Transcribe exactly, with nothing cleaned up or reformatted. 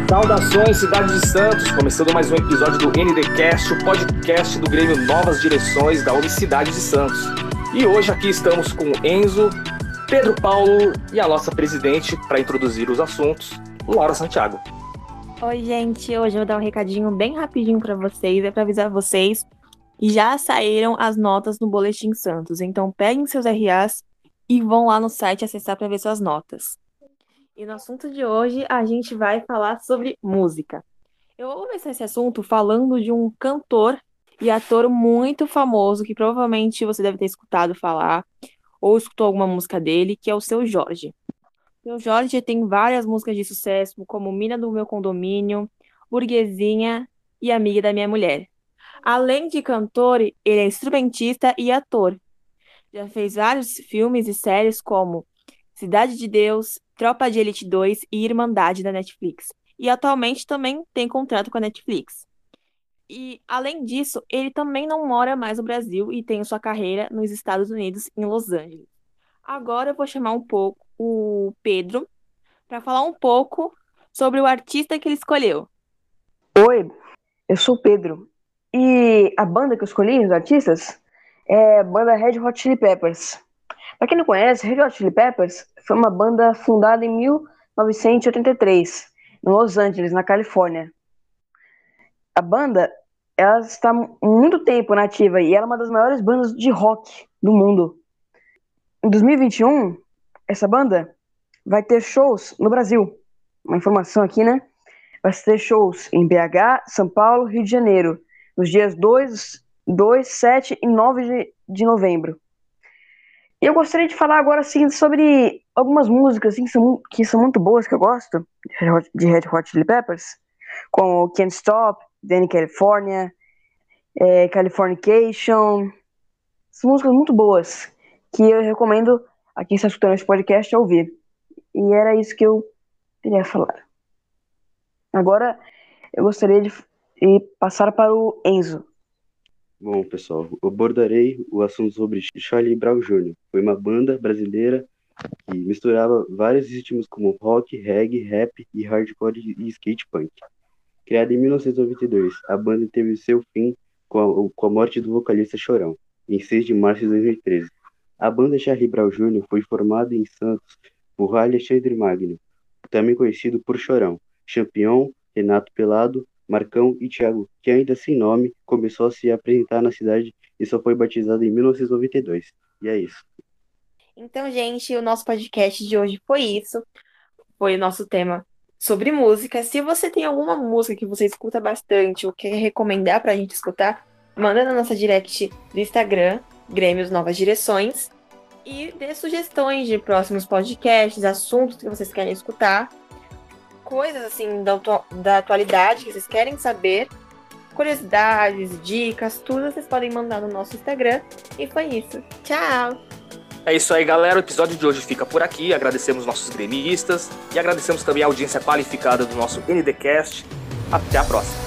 Saudações, cidade de Santos, começando mais um episódio do NDcast, o podcast do Grêmio Novas Direções da Unicidade de Santos. E hoje aqui estamos com Enzo, Pedro Paulo e a nossa presidente para introduzir os assuntos, Laura Santiago. Oi, gente, hoje eu vou dar um recadinho bem rapidinho para vocês, é para avisar vocês que já saíram as notas no Boletim Santos, então peguem seus R As e vão lá no site acessar para ver suas notas. E no assunto de hoje, a gente vai falar sobre música. Eu vou começar esse assunto falando de um cantor e ator muito famoso, que provavelmente você deve ter escutado falar, ou escutou alguma música dele, que é o Seu Jorge. O Seu Jorge tem várias músicas de sucesso, como Mina do Meu Condomínio, Burguesinha e Amiga da Minha Mulher. Além de cantor, ele é instrumentista e ator. Já fez vários filmes e séries como Cidade de Deus, Tropa de Elite dois e Irmandade da Netflix. E atualmente também tem contrato com a Netflix. E, além disso, ele também não mora mais no Brasil e tem sua carreira nos Estados Unidos, em Los Angeles. Agora eu vou chamar um pouco o Pedro para falar um pouco sobre o artista que ele escolheu. Oi, eu sou o Pedro. E a banda que eu escolhi, os artistas, é a banda Red Hot Chili Peppers. Pra quem não conhece, Red Hot Chili Peppers foi uma banda fundada em mil novecentos e oitenta e três, em Los Angeles, na Califórnia. A banda, ela está há muito tempo nativa e ela é uma das maiores bandas de rock do mundo. Em dois mil e vinte e um, essa banda vai ter shows no Brasil. Uma informação aqui, né? Vai ter shows em B H, São Paulo, Rio de Janeiro, nos dias dois, dois, sete e nove de, de novembro. E eu gostaria de falar agora assim, sobre algumas músicas assim, que, são, que são muito boas, que eu gosto, de Red Hot Chili Peppers, como Can't Stop, Danny California, é, Californication. São músicas muito boas, que eu recomendo a quem está escutando esse podcast a ouvir. E era isso que eu queria falar. Agora eu gostaria de, de passar para o Enzo. Bom, pessoal, eu abordarei o assunto sobre Charlie Brown Júnior Foi uma banda brasileira que misturava vários ritmos como rock, reggae, rap e hardcore e skate punk. Criada em mil novecentos e noventa e dois, a banda teve seu fim com a, com a morte do vocalista Chorão, em seis de março de dois mil e treze. A banda Charlie Brown Júnior foi formada em Santos por Alexandre Magno, também conhecido por Chorão, Champion, Renato Pelado, Marcão e Thiago, que ainda sem nome, começou a se apresentar na cidade e só foi batizado em mil novecentos e noventa e dois. E é isso. Então, gente, o nosso podcast de hoje foi isso. Foi o nosso tema sobre música. Se você tem alguma música que você escuta bastante ou quer recomendar pra gente escutar, manda na nossa direct do Instagram, Grêmios Novas Direções, e dê sugestões de próximos podcasts, assuntos que vocês querem escutar, coisas assim da, da atualidade que vocês querem saber, curiosidades, dicas, tudo vocês podem mandar no nosso Instagram. E foi isso. Tchau! É isso aí, galera. O episódio de hoje fica por aqui. Agradecemos nossos gremistas e agradecemos também a audiência qualificada do nosso NDcast. Até a próxima.